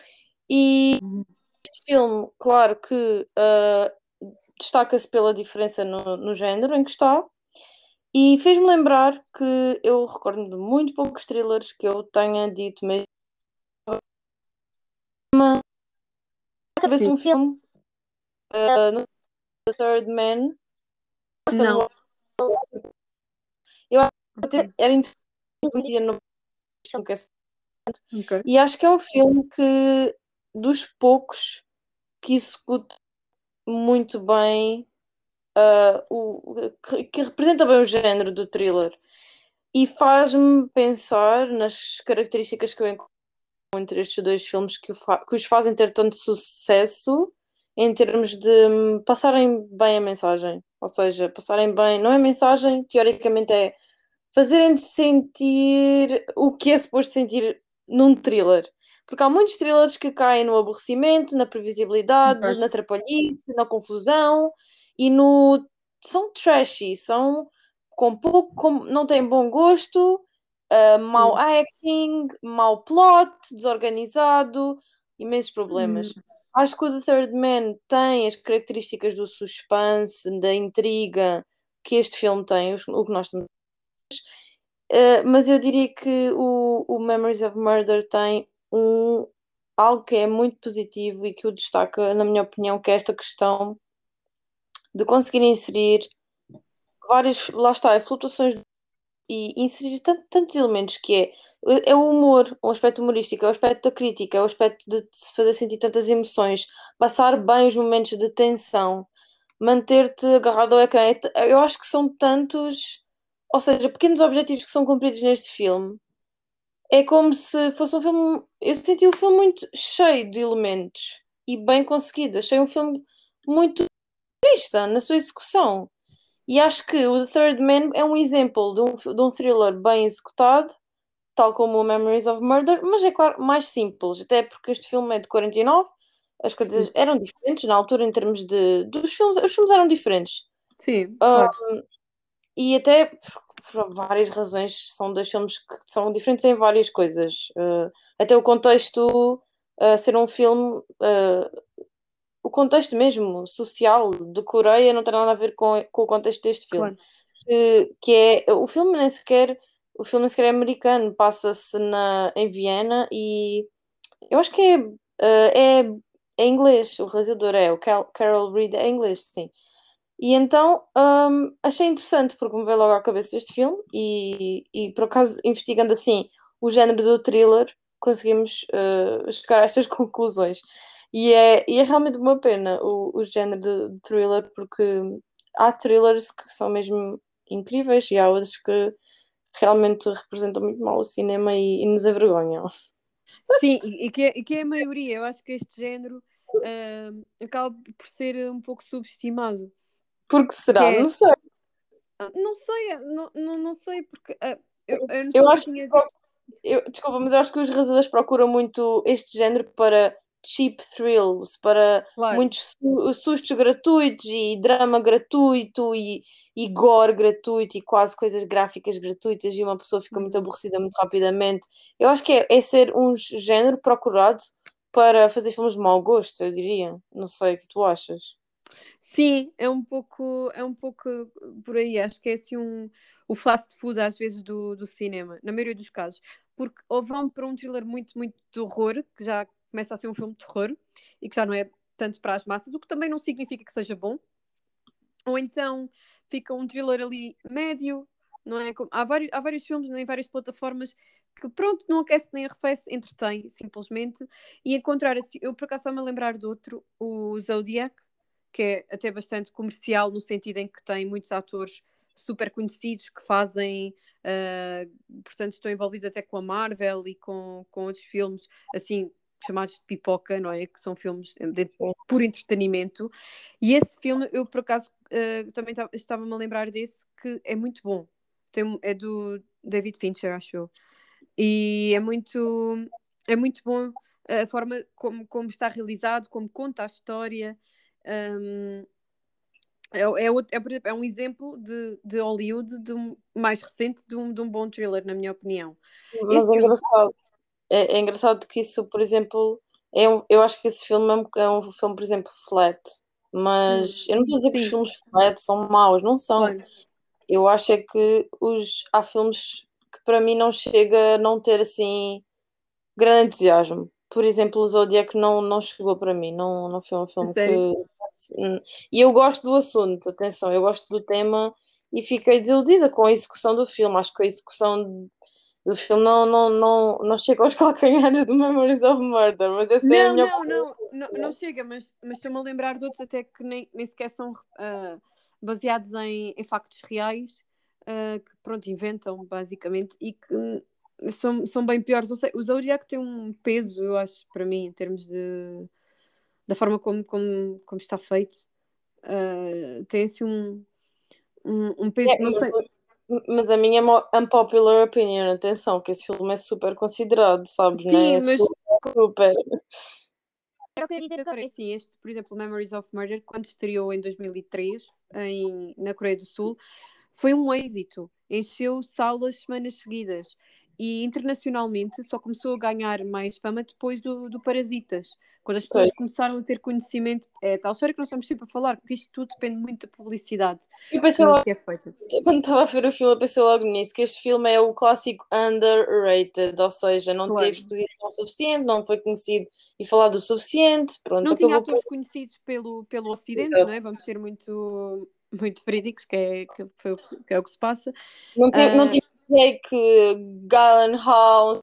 e Uhum. este filme, claro que ah, destaca-se pela diferença no, no género em que está, e fez-me lembrar que eu recordo de muito poucos thrillers que eu tenha dito mesmo. Cabeça Sim. um filme, ah, no The Third Man, Não. eu acho que Ok. era interessante no filme que é- Ok. e acho que é um filme que dos poucos que executa muito bem ah, o, que, que representa bem o género do thriller e faz-me pensar nas características que eu encontro entre estes dois filmes que, o fa- que os fazem ter tanto sucesso em termos de hum, passarem bem a mensagem. Ou seja, passarem bem, não é mensagem, teoricamente é fazerem-te sentir o que é suposto sentir num thriller. Porque há muitos thrillers que caem no aborrecimento, na previsibilidade, na Exato. trapalhice, na confusão e no. São trashy, são com pouco. Com... não têm bom gosto, uh, mau Sim. acting, mau plot, desorganizado, imensos Hum. problemas. Acho que o The Third Man tem as características do suspense, da intriga que este filme tem, o que nós estamos. Uh, mas eu diria que o, o Memories of Murder tem um, algo que é muito positivo e que o destaca, na minha opinião, que é esta questão de conseguir inserir várias, lá está, é flutuações e inserir tant- tantos elementos que é, é o humor, o aspecto humorístico, é o aspecto da crítica, é o aspecto de se fazer sentir tantas emoções, passar bem os momentos de tensão, manter-te agarrado ao ecrã. É t- Eu acho que são tantos, ou seja, pequenos objetivos que são cumpridos neste filme. É como se fosse um filme. Eu senti o filme muito cheio de elementos e bem conseguido. Achei um filme muito realista na sua execução. E acho que o The Third Man é um exemplo de um, de um thriller bem executado, tal como o Memories of Murder, mas é claro, mais simples, até porque este filme é de quarenta e nove, as Sim. coisas eram diferentes na altura em termos de, dos filmes, os filmes eram diferentes. Sim, Ah, claro. e até por várias razões, são dois filmes que são diferentes em várias coisas. Uh, até o contexto, uh, ser um filme, uh, o contexto mesmo social de Coreia não tem nada a ver com, com o contexto deste filme. Claro. Que, que é, o filme nem sequer, o filme nem sequer é americano, passa-se na, em Viena e eu acho que é, uh, é, é inglês, o realizador é, o Carol, Carol Reed é inglês, sim. E então hum, achei interessante porque me veio logo à cabeça este filme e, e por acaso investigando assim o género do thriller conseguimos uh, chegar a estas conclusões e é, e é realmente uma pena o, o género de, de thriller porque há thrillers que são mesmo incríveis e há outros que realmente representam muito mal o cinema e, e nos envergonham. Sim, e e que, é, e que é a maioria. Eu acho que este género ahm, acaba por ser um pouco subestimado. Porque Que será? Não é, sei. ah, não sei, ah, não, não, não sei, porque ah, eu, eu não Eu sou que eu acho que tinha dito. Eu, desculpa, mas eu acho que os realizadores procuram muito este género para cheap thrills, para Claro. muitos su- sustos gratuitos e drama gratuito e, e gore gratuito e quase coisas gráficas gratuitas e uma pessoa fica muito Uhum. aborrecida muito rapidamente. Eu acho que é, é ser um género procurado para fazer filmes de mau gosto, eu diria. Não sei o que tu achas. Sim, é um pouco, é um pouco por aí. Acho que é assim um, o fast food às vezes do, do cinema, na maioria dos casos. Porque ou vão para um thriller muito, muito de horror, que já começa a ser um filme de terror e que já não é tanto para as massas, o que também não significa que seja bom. Ou então fica um thriller ali médio, não é? Há vários, há vários filmes em várias plataformas que, pronto, não aquece nem arrefece, entretém, simplesmente. E encontrar assim, eu por acaso estava-me a lembrar de outro, o Zodiac, que é até bastante comercial, no sentido em que tem muitos atores super conhecidos que fazem, uh, portanto, estão envolvidos até com a Marvel e com, com outros filmes, assim, chamados de pipoca, não é? Que são filmes de Sim. puro entretenimento. E esse filme, eu por acaso uh, também estava-me a lembrar desse, que é muito bom. Tem, é do David Fincher, acho eu. E é muito, é muito bom a forma como, como está realizado, como conta a história. Um, é, é, outro- é, por exemplo, é um exemplo de, de Hollywood de um, mais recente de um, de um bom thriller, na minha opinião. Mas Este é filme, engraçado. É, é engraçado que isso, por exemplo, é um, eu acho que esse filme é um, é um filme, por exemplo, flat. hum, Mas eu não estou a dizer que os sim, filmes flat são maus, não são. claro. Eu acho é que os, há filmes que para mim não chega a não ter assim grande entusiasmo. Por exemplo, o Zodiac não, não chegou para mim, não, não foi um A filme que. sério. Hum, E eu gosto do assunto, atenção, eu gosto do tema e fiquei desiludida com a execução do filme. Acho que a execução do filme não, não, não, não chega aos calcanhares do Memories of Murder, mas essa é a Não, minha não, opinião. não, não, não chega, mas, mas estou-me a lembrar de outros até que nem, nem sequer são ah, baseados em, em factos reais, ah, que pronto, inventam basicamente e que hum, são, são bem piores. Não sei, o Zodiac tem um peso, eu acho, para mim, em termos de da forma como, como, como está feito. Ah, tem assim um, um, um peso, É, não sei. mas, mas a minha mo- unpopular opinion, atenção, que esse filme é super considerado, sabes, né? Sim, Esse mas filme é super. era o que eu ia dizer agora. Assim, este, por exemplo, Memories of Murder, quando estreou em dois mil e três, em, na Coreia do Sul, foi um êxito. Encheu salas semanas seguidas. E internacionalmente só começou a ganhar mais fama depois do, do Parasitas. Quando as pessoas Pois. começaram a ter conhecimento. É tal história que nós estamos sempre a falar, porque isto tudo depende muito da publicidade Eu pensei que, logo, que é feita. quando estava a ver o filme, eu pensei logo nisso, que este filme é o clássico underrated, ou seja, não teve Claro. exposição suficiente, não foi conhecido e falado o suficiente, pronto, Não tinha acabou por. atores conhecidos pelo, pelo Ocidente, não Exato. é? Vamos ser muito, muito verídicos, que é, que, foi o que, que é o que se passa. Não, tinha- não Ah, tive Jake Gyllenhaal,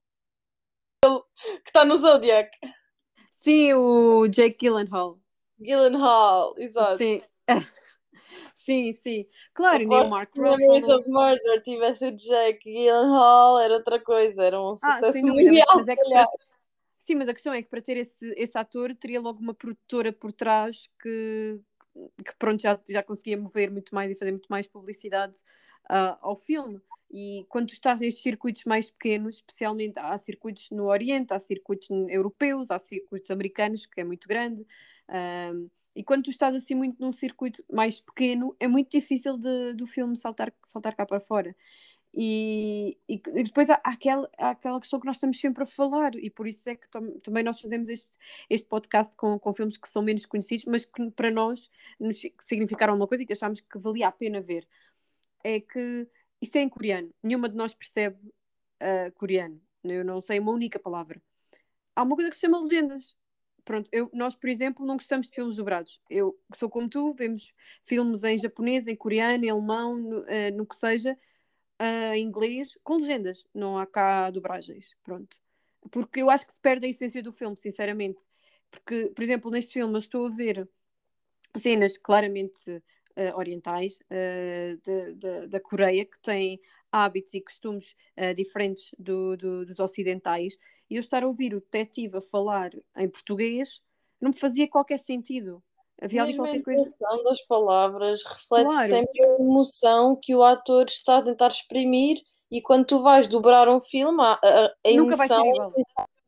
que está no Zodiac. sim, o Jake Gyllenhaal. Gyllenhaal, exato. Sim, sim, sim. Claro, nem o Aposto Mark que Memories Ruffalo. of Murder tivesse o Jake Gyllenhaal, era outra coisa, era um Ah, sucesso sem dúvida, mas, mundial, mas se é que calhar. para. Sim, mas a questão é que para ter esse, esse ator teria logo uma produtora por trás que, que pronto, já, já conseguia mover muito mais e fazer muito mais publicidade ah, ao filme. E quando tu estás nestes circuitos mais pequenos, especialmente há circuitos no Oriente, há circuitos europeus, há circuitos americanos, que é muito grande. ahm, e quando tu estás assim muito num circuito mais pequeno, é muito difícil de, do filme saltar, saltar cá para fora. E, e, e depois há, há, aquela, há aquela questão que nós estamos sempre a falar, e por isso é que tam, também nós fazemos este, este podcast com, com filmes que são menos conhecidos, mas que para nós nos significaram uma coisa e que achámos que valia a pena ver. É que isto é em coreano, nenhuma de nós percebe uh, coreano, eu não sei uma única palavra. Há uma coisa que se chama legendas. Pronto, eu, nós, por exemplo, não gostamos de filmes dobrados. Eu sou como tu, vemos filmes em japonês, em coreano, em alemão, no, uh, no que seja, uh, em inglês, com legendas. Não há cá dobragens. Pronto. Porque eu acho que se perde a essência do filme, sinceramente. Porque, por exemplo, neste filme eu estou a ver cenas claramente uh, orientais uh, de, de, da Coreia, que têm hábitos e costumes uh, diferentes do, do, dos ocidentais, e eu estar a ouvir o detetive a falar em português não me fazia qualquer sentido. Havia ali Mesmo a qualquer coisa. intenção das palavras reflete Claro, sempre a emoção que o ator está a tentar exprimir, e quando tu vais dobrar um filme, a, a, a nunca vai emoção, ser igual.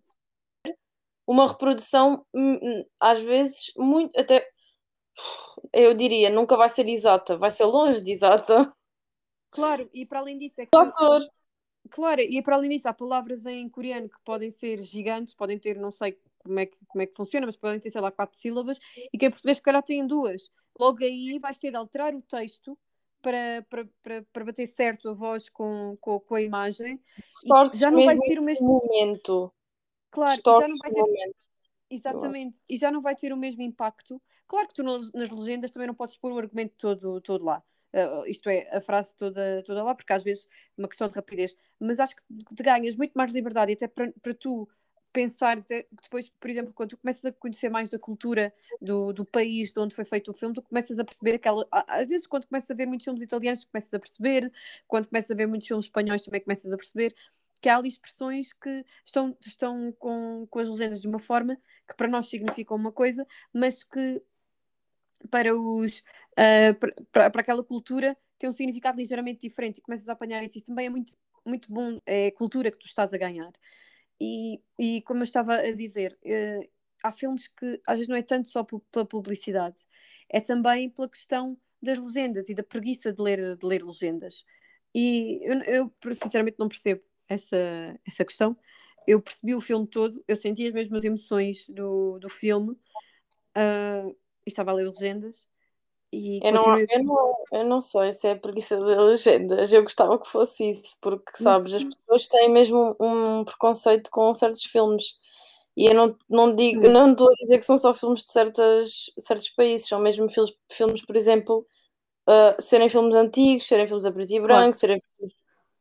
uma reprodução, hum, hum, às vezes, muito, até, eu diria, nunca vai ser exata, vai ser longe de exata. Claro, e para além disso é O que ator. claro, e para além disso, há palavras em coreano que podem ser gigantes, podem ter, não sei como é que, como é que funciona, mas podem ter, sei lá, quatro sílabas, e que em português, se calhar, têm duas. Logo aí vais ter de alterar o texto para, para, para, para bater certo a voz com, com, com a imagem, e Distorces já não vais mesmo ter o o mesmo. momento. Claro, e já não Distorces vai o ter. momento. Exatamente, e já não vai ter o mesmo impacto. Claro que tu nas, nas legendas também não podes pôr o argumento todo, todo lá. Uh, isto é, a frase toda, toda lá, porque às vezes é uma questão de rapidez. Mas acho que te ganhas muito mais liberdade, e até para, para tu pensar, até, depois, por exemplo, quando tu começas a conhecer mais da cultura do, do país de onde foi feito o filme, tu começas a perceber aquela. Às vezes, quando começas a ver muitos filmes italianos, tu começas a perceber, quando começas a ver muitos filmes espanhóis, também começas a perceber que há ali expressões que estão, estão com, com as legendas de uma forma que para nós significam uma coisa, mas que para os uh, para, para aquela cultura tem um significado ligeiramente diferente, e começas a apanhar isso. Isso também é muito, muito bom, é a cultura que tu estás a ganhar. E, e como eu estava a dizer, uh, há filmes que às vezes não é tanto só pela publicidade, é também pela questão das legendas e da preguiça de ler, de ler legendas. E eu, eu sinceramente não percebo essa, essa questão. Eu percebi o filme todo, eu senti as mesmas emoções do, do filme, uh, e estava a ler legendas e Eu não, continuei a eu perceber. não, eu não sei se é preguiça de legendas. Eu gostava que fosse isso, porque, sabes, as pessoas têm mesmo um, um preconceito com certos filmes. E eu não, não digo, Sim, não estou a dizer que são só filmes de certas, certos países, são mesmo filmes, filmes por exemplo, uh, serem filmes antigos, serem filmes a preto e claro, branco, serem filmes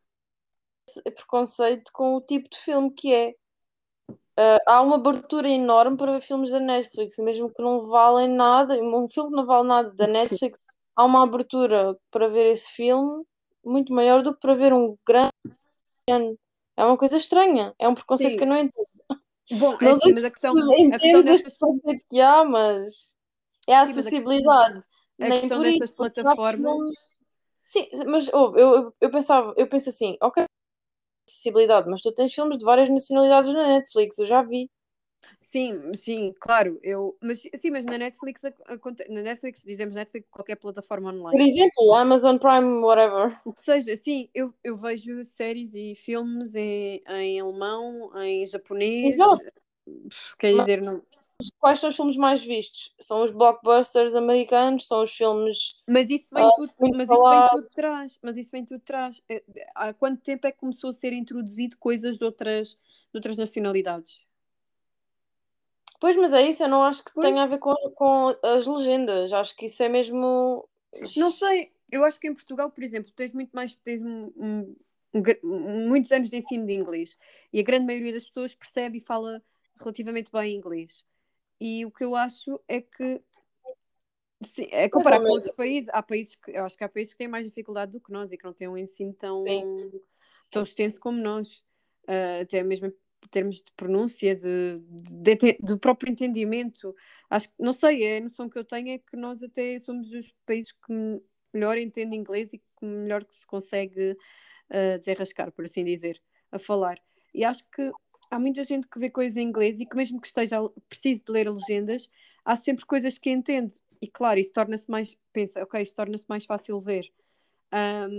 de preconceito com o tipo de filme que é. Uh, há uma abertura enorme para ver filmes da Netflix, mesmo que não valem nada, um filme que não vale nada da sim, Netflix, há uma abertura para ver esse filme muito maior do que para ver um grande. É uma coisa estranha, é um preconceito que eu sim. não entendo. Bom, é Não assim, sei mas a se questão, a questão entendes este dessas, preconceito que há, mas é a sim, mas a, acessibilidade. a Nem questão por isso, dessas porque há plataformas, filmes. Sim, mas ouve, eu, eu, eu pensava, eu penso assim, ok, acessibilidade, mas tu tens filmes de várias nacionalidades na Netflix, eu já vi. sim, sim, claro, eu, mas sim, mas na Netflix, aconte- na Netflix, dizemos Netflix, qualquer plataforma Por online. exemplo, Amazon Prime, whatever. O que seja, sim, eu, eu vejo séries e filmes em, em alemão, em japonês, Exato. quer Mas dizer, não. quais são os filmes mais vistos? São os blockbusters americanos, são os filmes Mas isso ah, vem tudo, muito mas isso vem tudo de falados. trás, mas isso vem tudo de trás. É, há quanto tempo é que começou a ser introduzido coisas de outras, de outras nacionalidades? Pois, mas é isso, eu não acho que Pois, tenha a ver com, com as legendas. Acho que isso é mesmo. não sei, eu acho que em Portugal, por exemplo, tens muito mais, tens um, um- um gra- muitos anos de ensino de inglês, e a grande maioria das pessoas percebe e fala relativamente bem inglês. E o que eu acho é que, sim, é Mais ou comparar com outros menos, países, há países que eu acho que há países que têm mais dificuldade do que nós e que não têm um ensino sim. tão, tão Sim. extenso como nós. Uh, até mesmo em termos de pronúncia, de, de, de, de próprio entendimento. Acho que, não sei, é a noção que eu tenho é que nós até somos os países que melhor entendem inglês e que melhor que se consegue uh, desenrascar, por assim dizer, a falar. E acho que há muita gente que vê coisas em inglês e que mesmo que esteja preciso de ler legendas, há sempre coisas que entende. E claro, isso torna-se mais, pensa, ok, isso torna-se mais fácil ver. Um,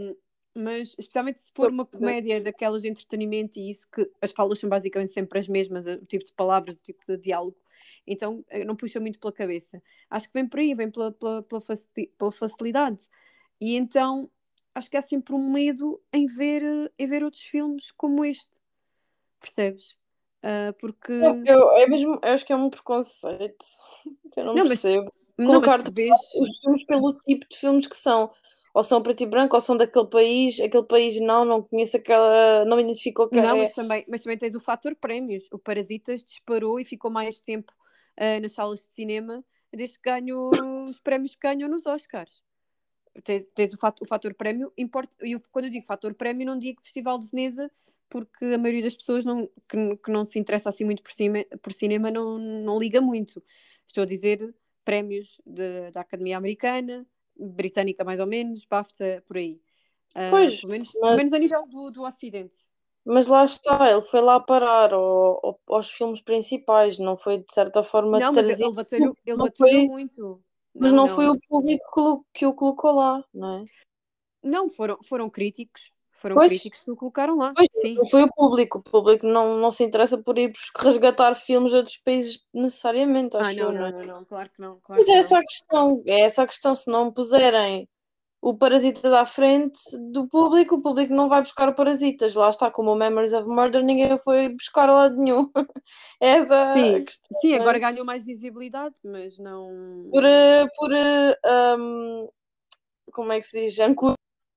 Mas especialmente se for uma comédia daquelas de entretenimento e isso, que as falas são basicamente sempre as mesmas, o tipo de palavras, o tipo de diálogo, então não puxa muito pela cabeça. Acho que vem por aí, vem pela, pela, pela, facil- pela facilidade. E então acho que há sempre um medo em ver, eh, em ver outros filmes como este, percebes? Ah, porque. Eu, eu- é mesmo, eu acho que é um preconceito que eu não Não, mas, percebo. não, mas Colocar tipo, vês. os filmes pelo tipo de filmes que são. Ou são preto e branco, ou são daquele país, aquele país não, não conheço aquela, não me identificou que Não, mas é. também, mas também tens o fator prémios. O Parasitas disparou e ficou mais tempo ah, nas salas de cinema desde que ganhou os prémios que ganhou nos Oscars. Tens, tens o, fator, o fator prémio, importa, e eu, quando eu digo fator prémio, não digo Festival de Veneza, porque a maioria das pessoas não, que, que não se interessa assim muito por, cima, por cinema não, não liga muito. Estou a dizer prémios de- da Academia Americana, britânica mais ou menos, BAFTA, por aí. Ah, Pois, pelo menos, pelo mas, menos a nível do, do Ocidente. mas lá está, ele foi lá parar ao- ao- aos filmes principais, não foi de certa forma Não, mas ele trazido, batalhou, ele não batalhou foi, muito. mas Não, não não. foi o público que colo- que o colocou lá, não é? Não, foram, foram críticos. Foram Pois, críticos que o colocaram lá, pois, sim. não foi o público, o público não, não se interessa por ir resgatar filmes de outros países necessariamente, Ah, acho não, eu, não não, é? não, não, claro que não, claro Mas que é não. essa a questão, é essa a questão, se não puserem o Parasitas à frente do público, o público não vai buscar Parasitas, lá está, como o Memories of Murder, ninguém foi buscar a lado nenhum. É essa a Sim, questão, sim, não agora é? ganhou mais visibilidade, mas Por, não. eh, por eh, um, como é que se diz? Ancorar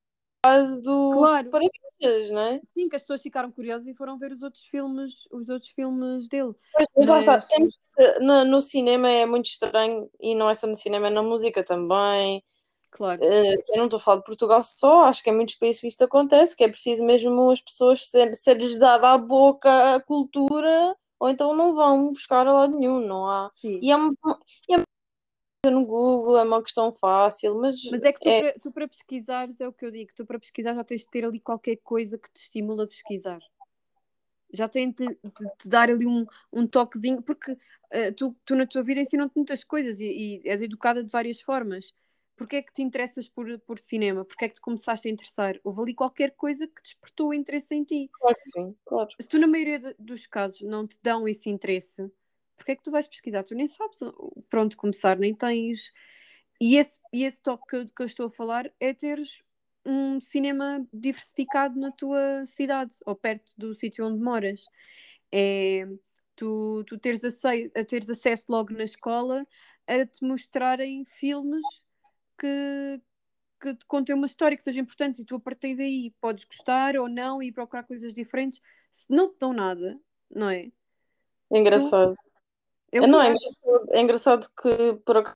do Claro, Parasitas, não é? sim, que as pessoas ficaram curiosas e foram ver os outros filmes, os outros filmes dele. Pois, mas lá está, Mas, temos que- no, no cinema é muito estranho, e não é só no cinema, é na música também. claro, Eh, eu não estou a falar de Portugal só, acho que em muitos países isto acontece, que é preciso mesmo as pessoas ser, ser-lhes dada à boca a cultura, ou então não vão buscar a lado nenhum, não há. sim. E é, uma- e é uma coisa no Google, é uma questão fácil, mas Mas é que tu é para, tu para pesquisares, é o que eu digo, tu para pesquisar já tens de ter ali qualquer coisa que te estimule a pesquisar. Já tem de, de, de dar ali um, um toquezinho, porque uh, tu, tu na tua vida ensinam-te muitas coisas e, e és educada de várias formas. Porquê é que te interessas por, por cinema? Porquê é que te começaste a interessar? Houve ali qualquer coisa que despertou o interesse em ti. claro que sim, claro. Se tu, na maioria de- dos casos, não te dão esse interesse, porquê é que tu vais pesquisar? Tu nem sabes por onde começar, nem tens. E esse, e esse toque que eu, que eu estou a falar é teres um cinema diversificado na tua cidade ou perto do sítio onde moras. É tu, tu teres, ace- a teres acesso logo na escola a te mostrarem filmes que, que te contem uma história que seja importante e tu a partir daí podes gostar ou não e procurar coisas diferentes. Se não te dão nada, não é? É Tu, engraçado. é o É, que não, eu é acho. engraçado, é engraçado que por acaso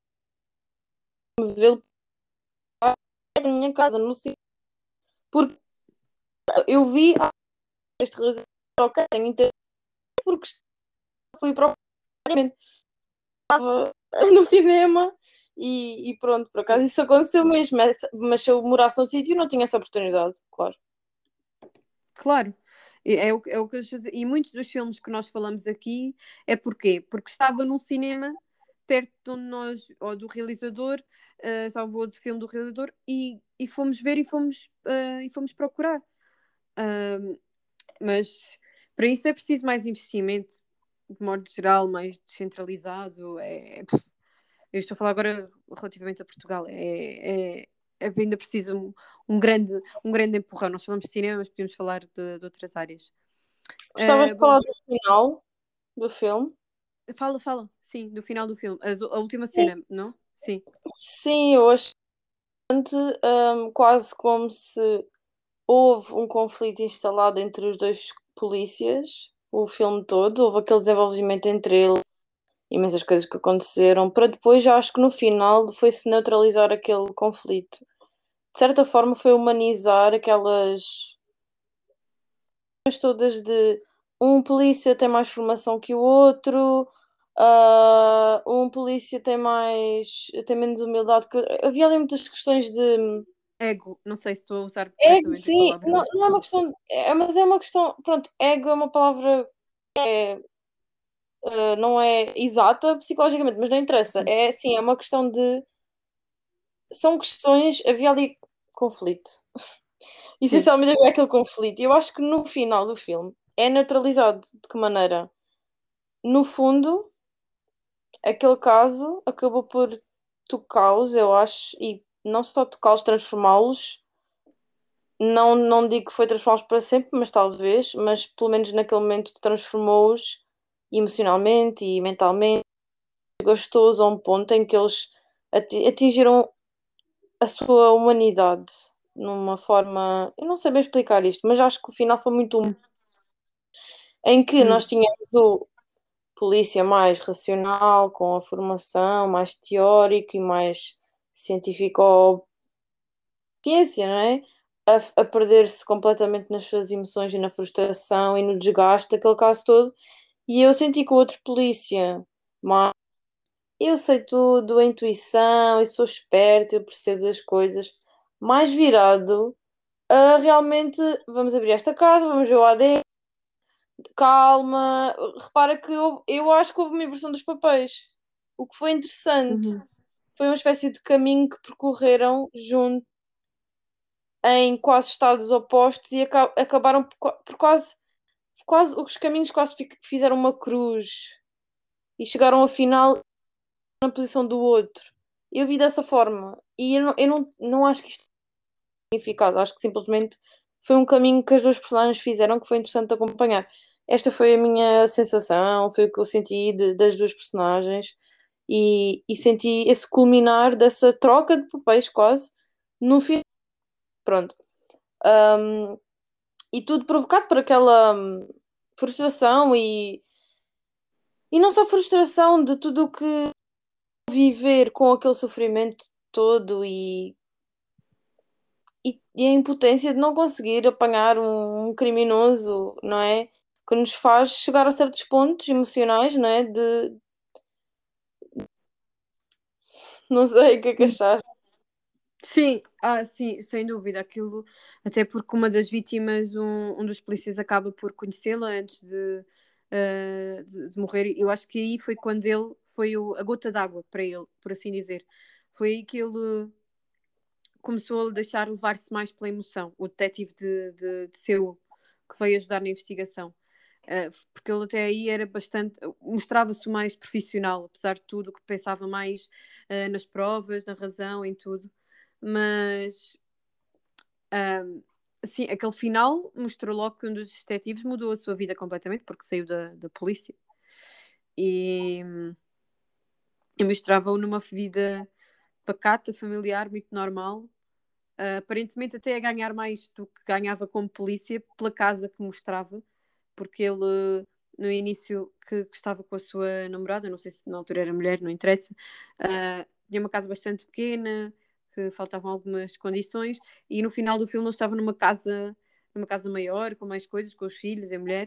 vê-lo na minha casa, no cinema, porque eu vi ah, este realizador, ok, tenho interesse, porque fui propriamente estava no cinema e, e pronto, por acaso isso aconteceu mesmo, mas, mas se eu morasse noutro sítio não tinha essa oportunidade, claro. Claro. É é o, que- é o que eu estou a dizer. E muitos dos filmes que nós falamos aqui é porquê? Porque estava num cinema perto de onde nós, ou do realizador, uh, salvo de filme do realizador, e, e fomos ver e fomos, uh, e fomos procurar. Um, mas para isso é preciso mais investimento, de modo geral, mais descentralizado. É, é- eu estou a falar agora relativamente a Portugal. É, é, é ainda preciso um, um grande, um grande empurrão. Nós falamos de cinema, mas podemos falar de, de outras áreas. Gostavas Uh, de bom, falar do final do filme? fala, fala, sim, do final do filme. As- a última Sim, cena, não? Sim. sim, eu acho hum, quase como se houve um conflito instalado entre os dois polícias, o filme todo, houve aquele desenvolvimento entre eles, imensas coisas que aconteceram, para depois, já acho que no final foi-se neutralizar aquele conflito. De certa forma, foi humanizar aquelas questões todas de um polícia tem mais formação que o outro, ah, um polícia tem mais, tem menos humildade que o outro. Havia ali muitas questões de Ego, não sei se estou a usar ego, corretamente a sim, palavra, não, não é mas uma questão, é, mas é uma questão, pronto, ego é uma palavra uh, não é exata psicologicamente, mas não interessa. É sim, é uma questão de. São questões. Havia ali conflito. essencialmente havia aquele conflito. E eu acho que no final do filme é neutralizado. De que maneira? No fundo, aquele caso acabou por tocá-los, eu acho, e não só tocá-los, transformá-los. Não, não digo que foi transformá-los para sempre, mas talvez, mas pelo menos naquele momento transformou-os emocionalmente e mentalmente, gastou-os a um ponto em que eles ati- atingiram a sua humanidade numa forma. Eu não sei bem explicar isto, mas acho que o final foi muito hum- em que Hum. nós tínhamos o polícia mais racional, com a formação mais teórica e mais científico ciência, não é? A, a perder-se completamente nas suas emoções e na frustração e no desgaste daquele caso todo. E eu senti que o outro polícia, mas eu sei tudo, a intuição, eu sou esperto, eu percebo das coisas, mais virado a realmente vamos abrir esta carta, vamos ver o A D N, calma. Repara que eu, eu acho que houve uma inversão dos papéis. O que foi interessante Uhum. foi uma espécie de caminho que percorreram juntos em quase estados opostos e aca- acabaram por, qua- por quase, quase os caminhos quase fi- fizeram uma cruz e chegaram ao final na posição do outro. Eu vi dessa forma e eu não, eu não, não acho que isto tenha significado, acho que simplesmente foi um caminho que as duas personagens fizeram que foi interessante de acompanhar. Esta foi a minha sensação, foi o que eu senti de- das duas personagens e, e senti esse culminar dessa troca de papéis quase no final. Pronto. Um, e tudo provocado por aquela hum, frustração e, e não só frustração de tudo o que viver com aquele sofrimento todo e, e, e a impotência de não conseguir apanhar um, um criminoso, não é? Que nos faz chegar a certos pontos emocionais, não é? De não sei o que é que achar. Sim, ah, sim, sem dúvida. Aquilo, até porque uma das vítimas, um, um dos polícias acaba por conhecê-la antes de, eh, de, de morrer. Eu acho que aí foi quando ele foi o- a gota d'água para ele, por assim dizer. Foi aí que ele começou a deixar levar-se mais pela emoção. O detetive de, de, de Seul, que veio ajudar na investigação. Eh, porque ele até aí era bastante, mostrava-se o mais profissional, apesar de tudo, que pensava mais eh, nas provas, na razão, em tudo. Mas Ahm, sim, aquele final mostrou logo que um dos detetives mudou a sua vida completamente porque saiu da, da polícia e, e mostrava-o numa vida pacata, familiar, muito normal. Ah, aparentemente até a ganhar mais do que ganhava como polícia pela casa que mostrava, porque ele no início que, que estava com a sua namorada, não sei se na altura era mulher, não interessa, ah, tinha uma casa bastante pequena, que faltavam algumas condições, e no final do filme ele estava numa casa, numa casa maior, com mais coisas, com os filhos e a mulher,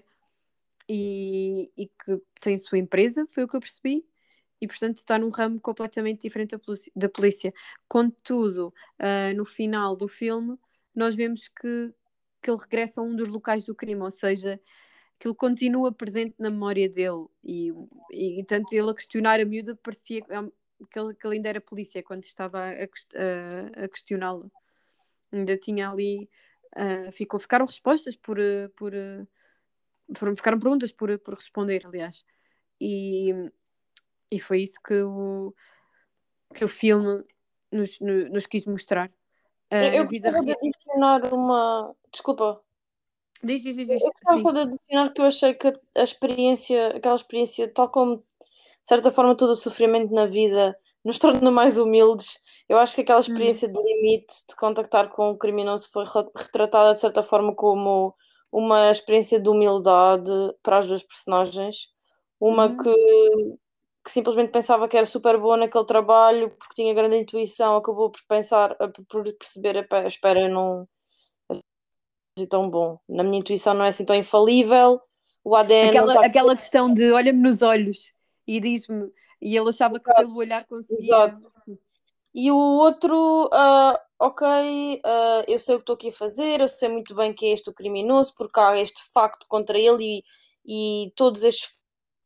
e, e que tem sua empresa, foi o que eu percebi, e portanto está num ramo completamente diferente da polícia. Da polícia. Contudo, ah, no final do filme, nós vemos que, que ele regressa a um dos locais do crime, ou seja, que ele continua presente na memória dele, e, e, e tanto ele a questionar a miúda parecia que que ele, que ele ainda era polícia quando estava a, a, a questioná-lo. Ainda tinha ali. ah, ficou, ficaram respostas por, ah, por, ah, foram, ficaram perguntas por, por responder, aliás. E, e foi isso que o, que o filme nos, no- nos quis mostrar. Eu, Ah, eu na vida gostava de real. adicionar uma. Desculpa. Diz, diz, diz, Eu diz. gostava Sim. só de adicionar que eu achei que a experiência, aquela experiência, tal como de certa forma todo o sofrimento na vida nos torna mais humildes. Eu acho que aquela Uhum. experiência de limite de contactar com o criminoso foi re- retratada de certa forma como uma experiência de humildade para as duas personagens. Uma Uhum. que, que simplesmente pensava que era super boa naquele trabalho porque tinha grande intuição, acabou por pensar, por perceber, "Epá, espera, eu não assim tão bom. Na minha intuição não é assim tão infalível, o A D N não Aquela, está aquela questão de olha-me nos olhos e diz-me. E ele achava que equivocado. pelo olhar Exato. conseguia. Sim. E o outro, ah, ok, ah, eu sei o que estou aqui a fazer, eu sei muito bem que é este o criminoso, porque há este facto contra ele e, e todos estes.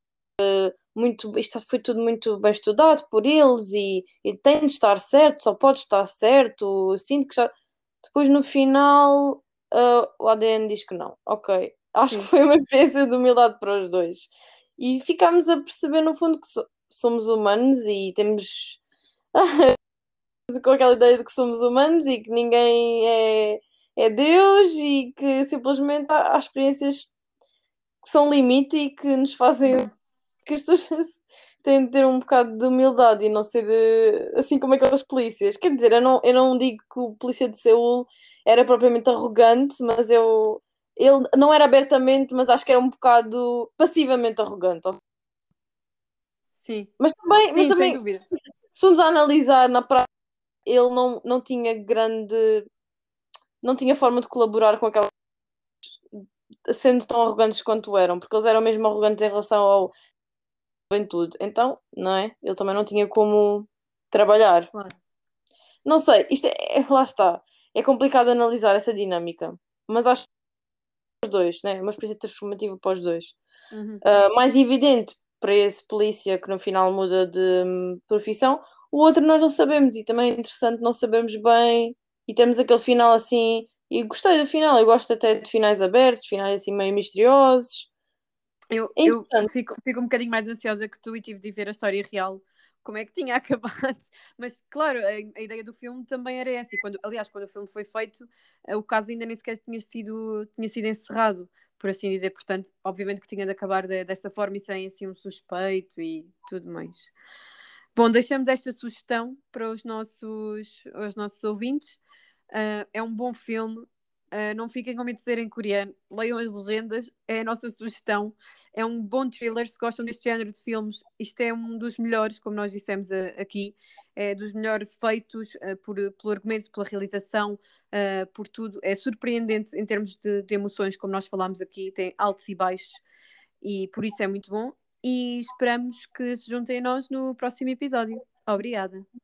Muito, isto foi tudo muito bem estudado por eles e, e tem de estar certo, só pode estar certo. Eu sinto que já. Depois no final, uh, o A D N diz que não. Ok. Acho Sim. que foi uma experiência de humildade para os dois. E ficámos a perceber, no fundo, que so- somos humanos e temos com aquela ideia de que somos humanos e que ninguém é, é Deus e que simplesmente há, há experiências que são limite e que nos fazem Uhum. que as pessoas têm de ter um bocado de humildade e não ser eh, assim como aquelas polícias. Quer dizer, eu não, eu não digo que o polícia de Seul era propriamente arrogante, mas eu ele não era abertamente, mas acho que era um bocado passivamente arrogante. Sim. Mas também, mas Sim, sem também, dúvida. se formos a analisar na prática, ele não, não tinha grande, não tinha forma de colaborar com aquela sendo tão arrogantes quanto eram, porque eles eram mesmo arrogantes em relação ao juventude. Então, não é? Ele também não tinha como trabalhar. Claro. Não sei, isto é, é- lá está. É complicado analisar essa dinâmica, mas acho que os dois, né? Uma experiência transformativa para os dois. Uhum. Uh, mais evidente para esse polícia que no final muda de hum, profissão, o outro nós não sabemos e também é interessante não sabermos bem e temos aquele final assim. E gostei do final, eu gosto até de finais abertos, finais assim meio misteriosos. Eu, É eu interessante. fico, fico um bocadinho mais ansiosa que tu e tive de ver a história real, como é que tinha acabado. Mas, claro, a, a ideia do filme também era essa. E quando, aliás, quando o filme foi feito, eh, o caso ainda nem sequer tinha sido, tinha sido encerrado, por assim dizer. Portanto, obviamente que tinha de acabar de- dessa forma e sem assim um suspeito e tudo mais. Bom, deixamos esta sugestão para os nossos, os nossos ouvintes. Uh, é um bom filme. Uh, não fiquem com medo de ser em coreano. Leiam as legendas. É a nossa sugestão. É um bom thriller. Se gostam deste género de filmes, isto é um dos melhores, como nós dissemos uh, aqui. É dos melhores feitos uh, por, pelo argumento, pela realização, uh, por tudo. É surpreendente em termos de, de emoções, como nós falámos aqui. Tem altos e baixos. E por isso é muito bom. E esperamos que se juntem a nós no próximo episódio. Obrigada.